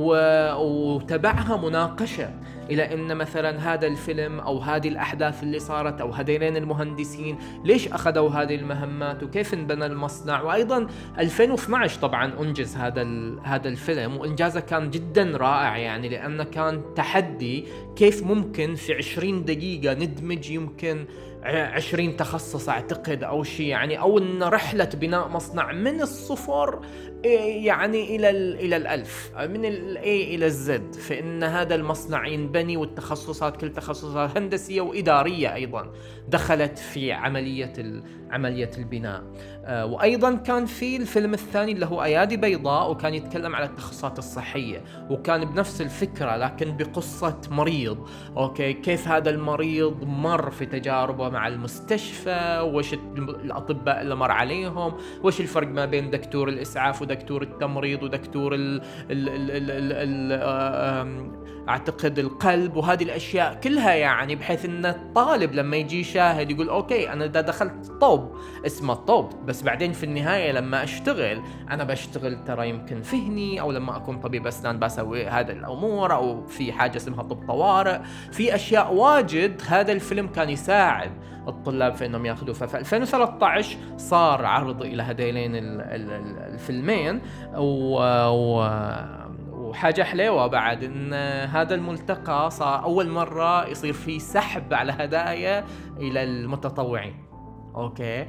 وتبعها مناقشة إلى أن مثلا هذا الفيلم أو هذه الأحداث اللي صارت أو هذين المهندسين ليش أخذوا هذه المهمات وكيف انبنى المصنع. وأيضا ألفين واثني عشر طبعا أنجز هذا هذا الفيلم، وإنجازه كان جدا رائع يعني، لأنه كان تحدي كيف ممكن في عشرين دقيقة ندمج يمكن عشرين تخصص أعتقد أو شيء يعني، أو أن رحلة بناء مصنع من الصفر يعني إلى إلى الألف، من ال A إلى الزد، فإن هذا المصنع ينبني والتخصصات كل تخصصات هندسية وإدارية أيضا دخلت في عملية عملية البناء. آه وأيضا كان في الفيلم الثاني اللي هو أيادي بيضاء، وكان يتكلم على التخصصات الصحية، وكان بنفس الفكرة لكن بقصة مريض. أوكي، كيف هذا المريض مر في تجاربه مع المستشفى، وش الأطباء اللي مر عليهم، وش الفرق ما بين دكتور الإسعاف ودكتور التمريض ودكتور ال ال ال ال ال ال أعتقد القلب، وهذه الأشياء كلها يعني، بحيث أن الطالب لما يجي يشاهد يقول أوكي أنا دا دخلت طب اسمه طب، بس بعدين في النهاية لما أشتغل أنا بشتغل ترى يمكن فهني، أو لما أكون طبيب أسنان بسوي هذا الأمور، أو في حاجة اسمها طب طوارئ، في أشياء واجد. هذا الفيلم كان يساعد الطلاب في أنهم يأخذوا. ففي ألفين وثلاثة عشر صار عرض إلى هذين الفيلمين، و, و وحاجة حلوة بعد إن هذا الملتقى صار أول مرة يصير فيه سحب على هدايا إلى المتطوعين. أوكي،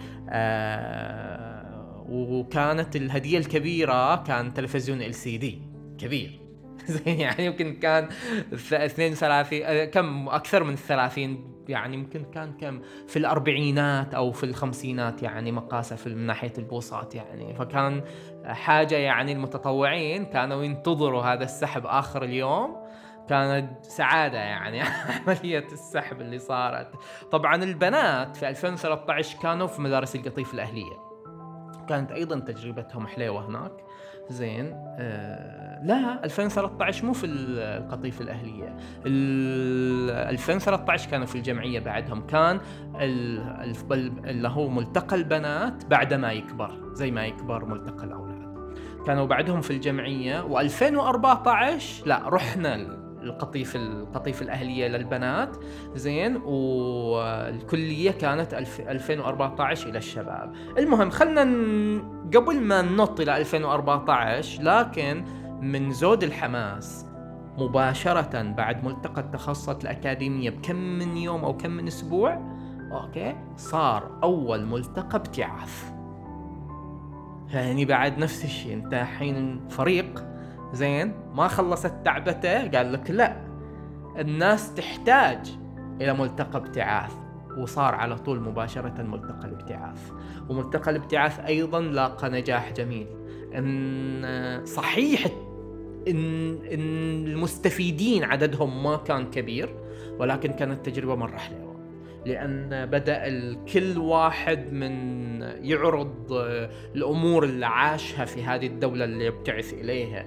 آه وكانت الهدية الكبيرة كان تلفزيون إل سي دي كبير يعني يمكن كان اثنين وثلاثين كم أكثر من الثلاثين يعني، يمكن كان كم في الأربعينات أو في الخمسينات يعني مقاسة في من ناحية البوصات يعني. فكان حاجة يعني المتطوعين كانوا ينتظروا هذا السحب آخر اليوم كانت سعادة يعني عملية السحب اللي صارت. طبعا البنات في ألفين وثلاثة عشر كانوا في مدارس القطيف الأهلية، كانت أيضا تجربتهم حلوة هناك. زين آه لا ألفين وثلاثة عشر مو في القطيف الأهلية، ألفين وثلاثة عشر كانوا في الجمعية بعدهم. كان اللي هو ملتقى البنات بعد ما يكبر، زي ما يكبر ملتقى الأولاد، كانوا بعدهم في الجمعية. وألفين وأربعة عشر لا رحنا القطيف القطيف الأهلية للبنات. زين والكلية كانت ألفين وأربعة عشر إلى الشباب. المهم خلنا ن... قبل ما ننط إلى ألفين وأربعة عشر، لكن من زود الحماس مباشرة بعد ملتقى التخصصات الأكاديمية بكم من يوم أو كم من أسبوع، أوكي، صار أول ملتقى ابتعاث. يعني بعد نفس الشيء، انت حين فريق زين ما خلصت تعبته، قال لك لا الناس تحتاج إلى ملتقى ابتعاث، وصار على طول مباشرة ملتقى الابتعاث. وملتقى الابتعاث أيضا لاقى نجاح جميل. إن صحيح إن, إن المستفيدين عددهم ما كان كبير، ولكن كانت تجربة مرة حلوة، لأن بدأ الكل واحد من يعرض الأمور اللي عاشها في هذه الدولة اللي يبتعث إليها،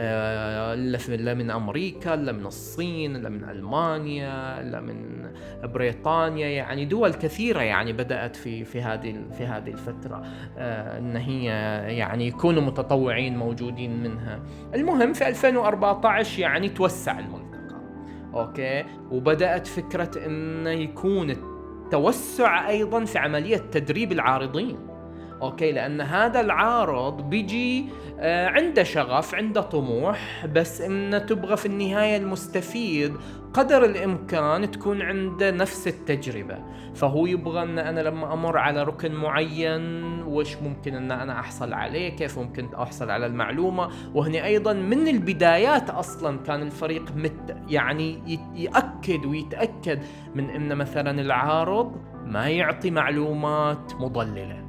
لا من أمريكا، لا من الصين، لا من ألمانيا، لا من بريطانيا، يعني دول كثيرة يعني بدأت في في هذه في هذه الفترة إن هي يعني يكونوا متطوعين موجودين منها. المهم في ألفين وأربعة عشر يعني توسع الملتقى، أوكي، وبدأت فكرة إنه يكون توسع أيضاً في عملية تدريب العارضين، أوكي، لأن هذا العارض بيجي آه عنده شغف، عنده طموح، بس إنه تبغى في النهاية المستفيد قدر الإمكان تكون عنده نفس التجربة. فهو يبغى أن أنا لما أمر على ركن معين وش ممكن أن أنا أحصل عليه، كيف ممكن أحصل على المعلومة. وهنا أيضا من البدايات أصلا كان الفريق مت يعني يأكد ويتأكد من أن مثلا العارض ما يعطي معلومات مضللة.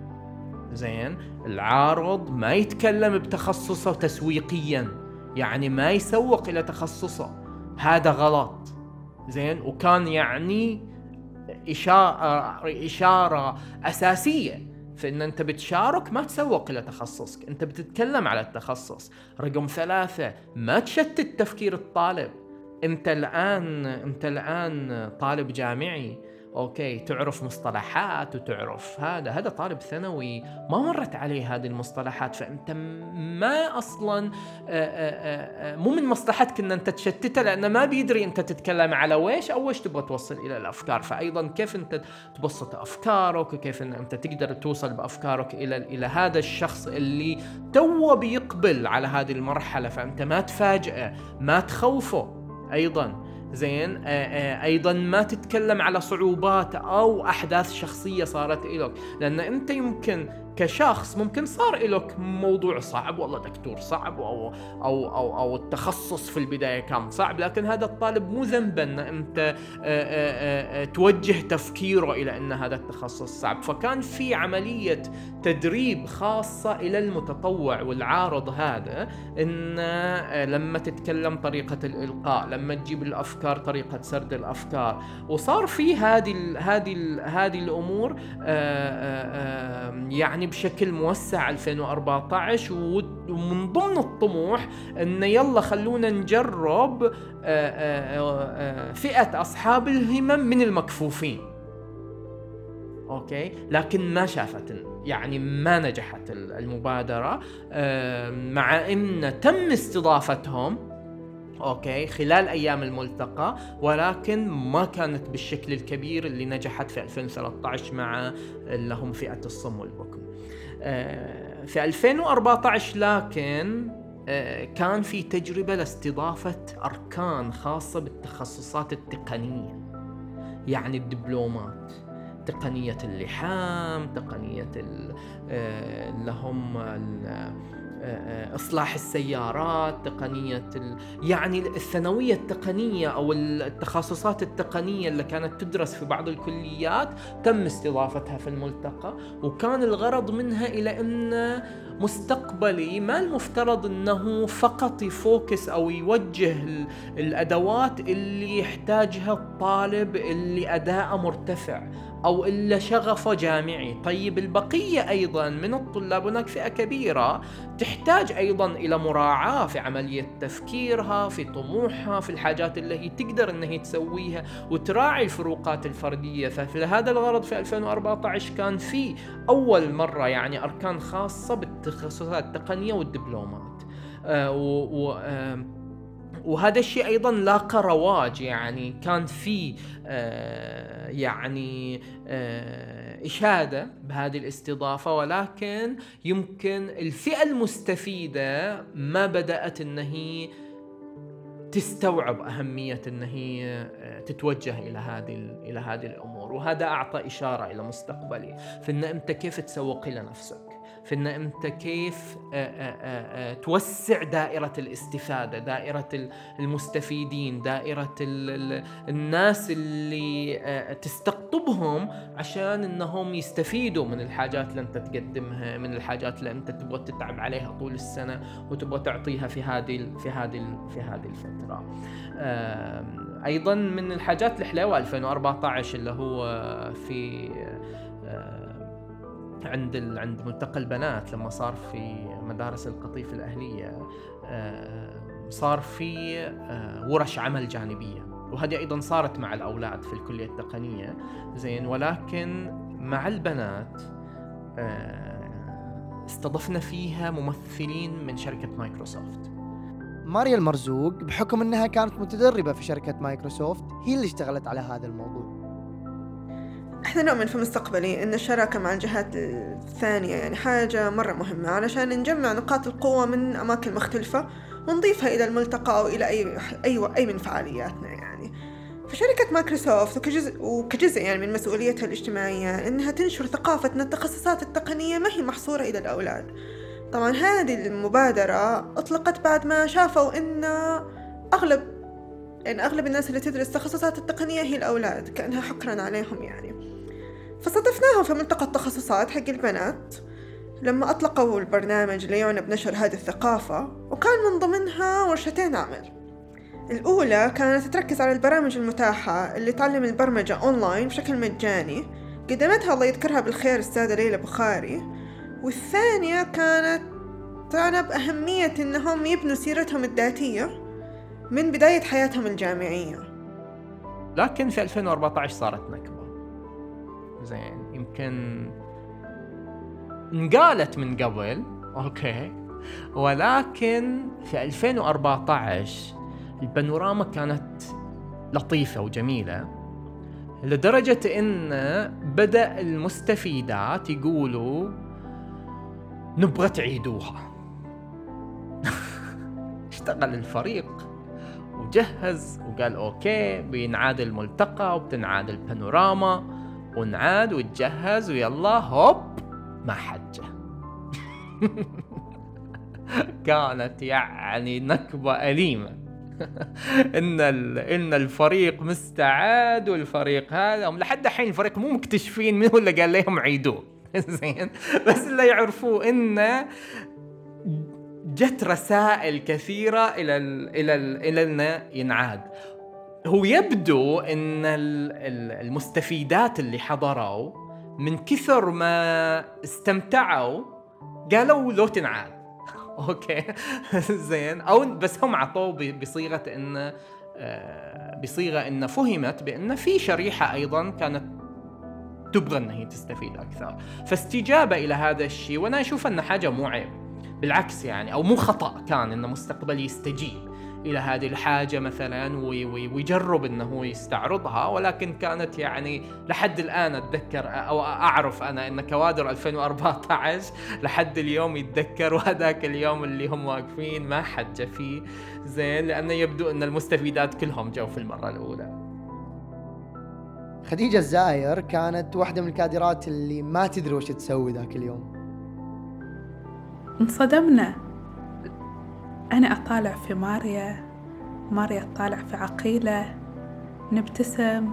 زين العارض ما يتكلم بتخصصه تسويقيا، يعني ما يسوق إلى تخصصه، هذا غلط. زين وكان يعني إشارة, إشارة أساسية في أن أنت بتشارك، ما تسوق إلى تخصصك، أنت بتتكلم على التخصص. رقم ثلاثة، ما تشتت تفكير الطالب. أنت الآن أنت الآن طالب جامعي، أوكي، تعرف مصطلحات وتعرف هذا هذا طالب ثانوي ما مرت عليه هذه المصطلحات، فأنت ما أصلا آآ آآ مو من مصلحتك أن أنت تشتته، لأنه ما بيدري أنت تتكلم على ويش أو ويش تبغى توصل إلى الأفكار. فأيضا كيف أنت تبسط أفكارك، وكيف أن أنت تقدر توصل بأفكارك إلى إلى هذا الشخص اللي تو بيقبل على هذه المرحلة، فأنت ما تفاجئه، ما تخوفه. أيضا زين أيضا ما تتكلم على صعوبات أو أحداث شخصية صارت إلك، لأن أنت يمكن كشخص ممكن صار إلك موضوع صعب، والله دكتور صعب أو, أو, أو, أو التخصص في البداية كان صعب، لكن هذا الطالب مو ذنبا أن أنت آآ آآ توجه تفكيره إلى أن هذا التخصص صعب. فكان في عملية تدريب خاصة إلى المتطوع والعارض هذا، إن لما تتكلم طريقة الإلقاء، لما تجيب الأفكار طريقة سرد الأفكار. وصار في هذه هذه هذه الأمور آآ آآ يعني بشكل موسع ألفين وأربعة عشر. ومن ضمن الطموح إن يلا خلونا نجرب آآ آآ فئة أصحاب الهمم من المكفوفين، أوكي، لكن ما شافت يعني ما نجحت المبادرة، مع إن تم استضافتهم أوكي خلال أيام الملتقى، ولكن ما كانت بالشكل الكبير اللي نجحت في ألفين وثلاثة عشر مع اللي هم فئة الصم والبكم. في ألفين وأربعة عشر لكن كان في تجربة لاستضافة أركان خاصة بالتخصصات التقنية، يعني الدبلومات، تقنية اللحام، تقنية اللي هم إصلاح السيارات، تقنية ال... يعني الثانوية التقنية أو التخصصات التقنية اللي كانت تدرس في بعض الكليات تم استضافتها في الملتقى، وكان الغرض منها إلى أن مستقبلي ما المفترض أنه فقط يفوكس أو يوجه الأدوات اللي يحتاجها الطالب اللي أداءه مرتفع أو إلا شغفه جامعي. طيب البقية أيضا من الطلاب هناك فئة كبيرة تحتاج أيضا إلى مراعاة في عملية تفكيرها، في طموحها، في الحاجات اللي هي تقدر أنها تسويها وتراعي الفروقات الفردية. فلهذا الغرض في ألفين وأربعة عشر كان في أول مرة يعني أركان خاصة بالتخصصات التقنية والدبلومات. آه و, و آه وهذا الشيء أيضا لاقى رواج، يعني كان في آه يعني آه إشادة بهذه الاستضافة، ولكن يمكن الفئة المستفيدة ما بدأت أنها تستوعب أهمية أنها تتوجه إلى هذه إلى هذه الأمور. وهذا أعطى إشارة إلى مستقبلي في أن أنت كيف تسوق لنفسك، في أن أنت كيف آآ آآ توسع دائرة الاستفادة، دائرة المستفيدين، دائرة الناس اللي تستقطبهم عشان أنهم يستفيدوا من الحاجات اللي أنت تقدمها، من الحاجات اللي أنت تبغى تتعب عليها طول السنة وتبغى تعطيها في هذه في هذه في هذه الفترة. أيضا من الحاجات الحلوة ألفين وأربعة عشر اللي هو في عند عند ملتقى البنات لما صار في مدارس القطيف الأهلية، صار في ورش عمل جانبية، وهذه أيضا صارت مع الأولاد في الكلية التقنية زين، ولكن مع البنات استضفنا فيها ممثلين من شركة مايكروسوفت. ماريا المرزوق بحكم أنها كانت متدربة في شركة مايكروسوفت هي اللي اشتغلت على هذا الموضوع. احنا نؤمن في مستقبلي ان الشراكة مع الجهات الثانية يعني حاجة مرة مهمة علشان نجمع نقاط القوة من أماكن مختلفة ونضيفها إلى الملتقى أو إلى أي أي أي من فعالياتنا. يعني فشركة مايكروسوفت وكجزء وكجزء يعني من مسؤوليتها الاجتماعية إنها تنشر ثقافة أن التخصصات التقنية ما هي محصورة إلى الأولاد. طبعا هذه المبادرة أطلقت بعد ما شافوا إن أغلب يعني أغلب الناس اللي تدرس تخصصات التقنية هي الأولاد، كأنها حكرا عليهم يعني. فصادفناهم في ملتقى التخصصات حق البنات لما أطلقوا البرنامج ليعنى بنشر هذه الثقافة، وكان من ضمنها ورشتين عمل. الأولى كانت تركز على البرامج المتاحة اللي تعلم البرمجة أونلاين بشكل مجاني، قدمتها الله يذكرها بالخير السادة ليلى بخاري. والثانية كانت تعنى بأهمية إنهم يبنوا سيرتهم الذاتية من بداية حياتهم الجامعية. لكن في ألفين وأربعة عشر صارت نكبة زين، يمكن انقالت من قبل أوكي، ولكن في ألفين وأربعة عشر البانوراما كانت لطيفة وجميلة لدرجة إن بدأ المستفيدات يقولوا نبغى تعيدوها. اشتغل الفريق وجهز وقال أوكي بينعاد الملتقى وبتنعاد البانوراما، ونعاد وتجهز ويلا هوب ما حجة. كانت يعني نكبة أليمة. إن إن الفريق مستعد والفريق هذا لحد الحين الفريق مو مكتشفين مين هو اللي قال لهم عيدوه. زين، بس اللي يعرفوه إن جت رسائل كثيرة إلى ال إلى ال إلى إنه ينعاد. هو يبدو إن المستفيدات اللي حضروا من كثر ما استمتعوا قالوا لو تنعاد. أوكي زين، أو بس هم عطوا بصيغة إن بصيغة إن فهمت بأن في شريحة أيضا كانت تبغى إن هي تستفيد أكثر، فاستجابة إلى هذا الشيء. وأنا أشوف أن حاجة مو عيب، بالعكس يعني، أو مو خطأ كان إن مستقبل يستجيب إلى هذه الحاجة مثلا ويجرب إنه يستعرضها. ولكن كانت يعني لحد الآن أتذكر أو أعرف أنا إن كوادر ألفين وأربعة عشر لحد اليوم يتذكروا هذاك اليوم اللي هم واقفين ما حجة فيه زين، لأنه يبدو أن المستفيدات كلهم جو في المرة الأولى. خديجة الزاير كانت واحدة من الكادرات اللي ما تدري وش تسوي ذاك اليوم. انصدمنا أنا أطالع في ماريا، ماريا تطالع في عقيلة، نبتسم،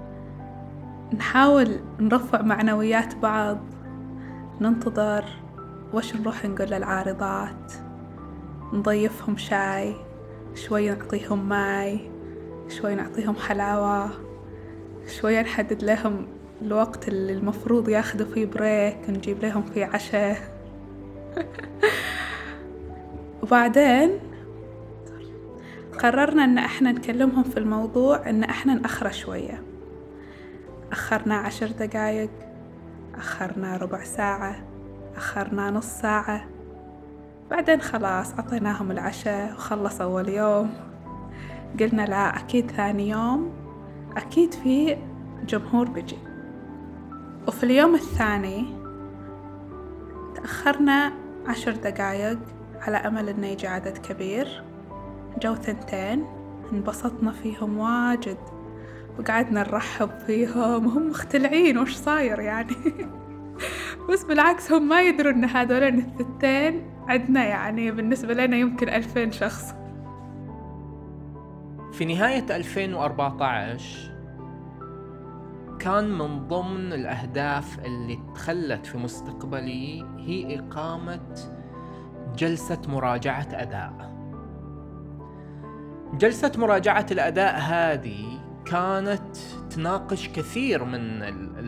نحاول نرفع معنويات بعض، ننتظر وش نروح نقول للعارضات، نضيفهم شاي، شوي نعطيهم ماي، شوي نعطيهم حلاوة، شوي نحدد لهم الوقت اللي المفروض ياخدوا فيه بريك، نجيب لهم فيه عشاء. وبعدين قررنا ان احنا نكلمهم في الموضوع ان احنا نأخر شوية. أخرنا عشر دقايق، أخرنا ربع ساعة، أخرنا نص ساعة، بعدين خلاص عطيناهم العشاء وخلص أول يوم. قلنا لا، أكيد ثاني يوم أكيد في جمهور بيجي. وفي اليوم الثاني تأخرنا عشر دقايق على أمل إنه يجي عدد كبير. جو ثنتين، انبسطنا فيهم واجد وقعدنا نرحب فيهم وهم مختلعين وش صاير يعني. بس بالعكس هم ما يدروا إن هذولين الثنتين عندنا يعني بالنسبة لنا يمكن ألفين شخص. في نهاية ألفين وأربعة عشر كان من ضمن الأهداف اللي تخلت في مستقبلي هي إقامة جلسة مراجعة أداء. جلسة مراجعة الأداء هذه كانت تناقش كثير من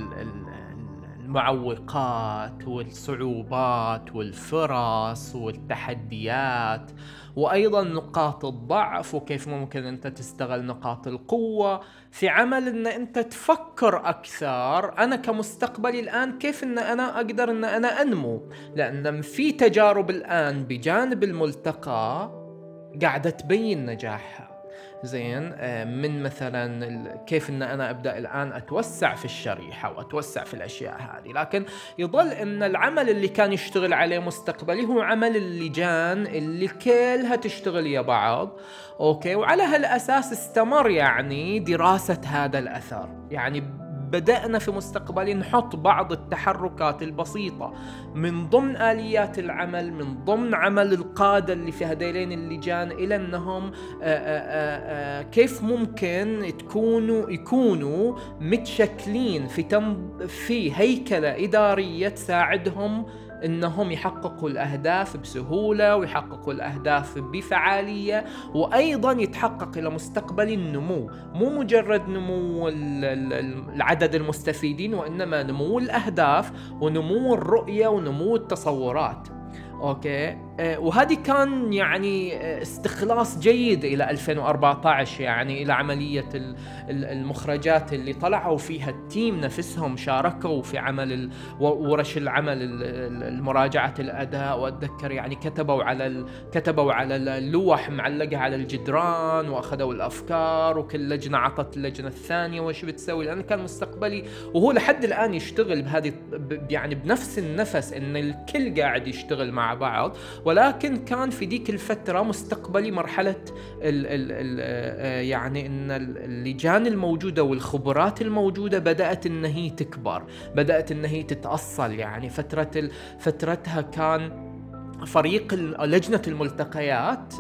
المعوقات والصعوبات والفرص والتحديات، وأيضا نقاط الضعف وكيف ممكن أنت تستغل نقاط القوة في عمل أن أنت تفكر أكثر. أنا كمستقبلي الآن كيف أن أنا أقدر أن أنا أنمو، لأن في تجارب الآن بجانب الملتقى قاعدة تبين نجاحها. زين، من مثلا كيف ان انا ابدا الان اتوسع في الشريحه واتوسع في الاشياء هذه، لكن يظل ان العمل اللي كان يشتغل عليه مستقبلي هو عمل اللجان اللي كلها تشتغل يا بعض. اوكي، وعلى هالاساس استمر يعني دراسه هذا الاثر. يعني بدأنا في مستقبلي نحط بعض التحركات البسيطة من ضمن آليات العمل، من ضمن عمل القادة اللي في هذين اللجان، إلى أنهم آآ آآ كيف ممكن تكونوا يكونوا متشكلين في تم في هيكلة إدارية تساعدهم إنهم يحققوا الأهداف بسهولة ويحققوا الأهداف بفعالية، وأيضا يتحقق إلى مستقبل النمو، مو مجرد نمو العدد المستفيدين، وإنما نمو الأهداف ونمو الرؤية ونمو التصورات. أوكي، أه وهذه كان يعني استخلاص جيد إلى ألفين وأربعة عشر، يعني إلى عملية المخرجات اللي طلعوا فيها التيم نفسهم شاركوا في عمل ورش العمل المراجعة الأداء. وأتذكر يعني كتبوا على كتبوا على اللوح معلقة على الجدران وأخذوا الأفكار، وكل لجنة عطت اللجنة الثانية وش بتسوي، لأن كان مستقبلي وهو لحد الآن يشتغل بهذه يعني بنفس النفس إن الكل قاعد يشتغل مع بعض. ولكن كان في ديك الفترة مستقبلي مرحلة ال ال ال يعني إن اللجان الموجودة والخبرات الموجودة بدأت إن هي تكبر، بدأت إن هي تتأصل. يعني فترة فترتها كان فريق لجنة الملتقيات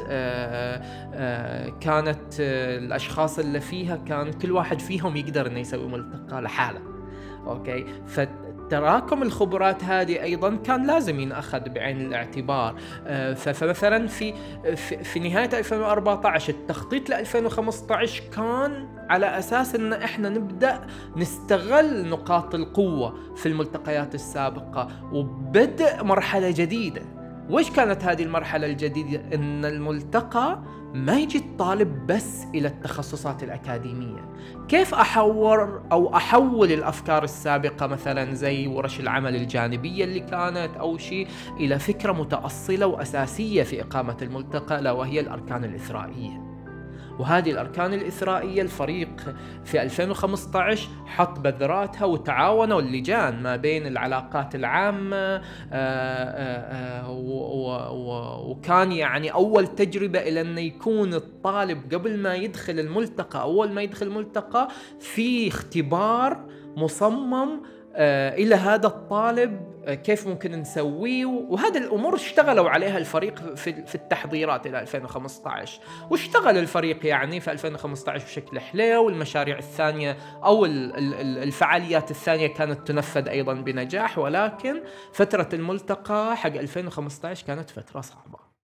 كانت الأشخاص اللي فيها كان كل واحد فيهم يقدر إنه يسوي ملتقى لحاله. أوكي، ف تراكم الخبرات هذه أيضا كان لازم ينأخذ بعين الاعتبار. فمثلا في في نهاية ألفين وأربعة عشر التخطيط ل ألفين وخمسة عشر كان على أساس أن إحنا نبدأ نستغل نقاط القوة في الملتقيات السابقة وبدأ مرحلة جديدة. وإيش كانت هذه المرحلة الجديدة؟ أن الملتقى ما يجي الطالب بس إلى التخصصات الأكاديمية. كيف أحور أو أحول الأفكار السابقة مثلا زي ورش العمل الجانبية اللي كانت أو شيء إلى فكرة متأصلة وأساسية في إقامة الملتقى، لا وهي الأركان الإثرائية. وهذه الأركان الإثرائية الفريق في ألفين وخمسة عشر حط بذراتها وتعاونوا اللجان ما بين العلاقات العامة آآ آآ وكان يعني أول تجربة إلى أن يكون الطالب قبل ما يدخل الملتقى أول ما يدخل الملتقى في اختبار مصمم آه إلى هذا الطالب آه كيف ممكن نسويه، وهذا الأمور اشتغلوا عليها الفريق في في التحضيرات إلى ألفين وخمسة عشر، واشتغل الفريق يعني في ألفين وخمسة عشر بشكل حلو. والمشاريع الثانية أو الفعاليات الثانية كانت تنفذ أيضا بنجاح، ولكن فترة الملتقى حق ألفين وخمسة عشر كانت فترة صعبة.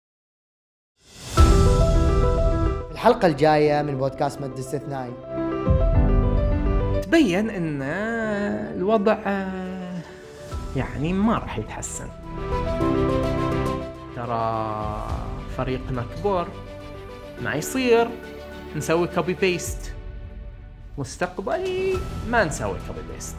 الحلقة الجاية من بودكاست مد استثنائي تبين ان الوضع يعني ما راح يتحسن. ترى فريقنا كبر، ما يصير نسوي كوبي بيست. مستقبلي ما نسوي كوبي بيست.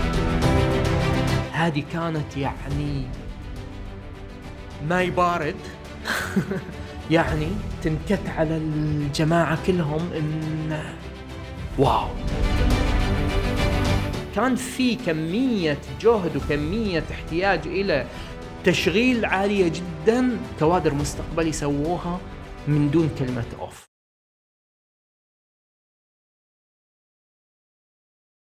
هذه كانت يعني ماي بارد يعني تنكت على الجماعة كلهم ان واو، كان في كمية جهد وكمية احتياج إلى تشغيل عالية جدا. كوادر مستقبلي سووها من دون كلمة أوف.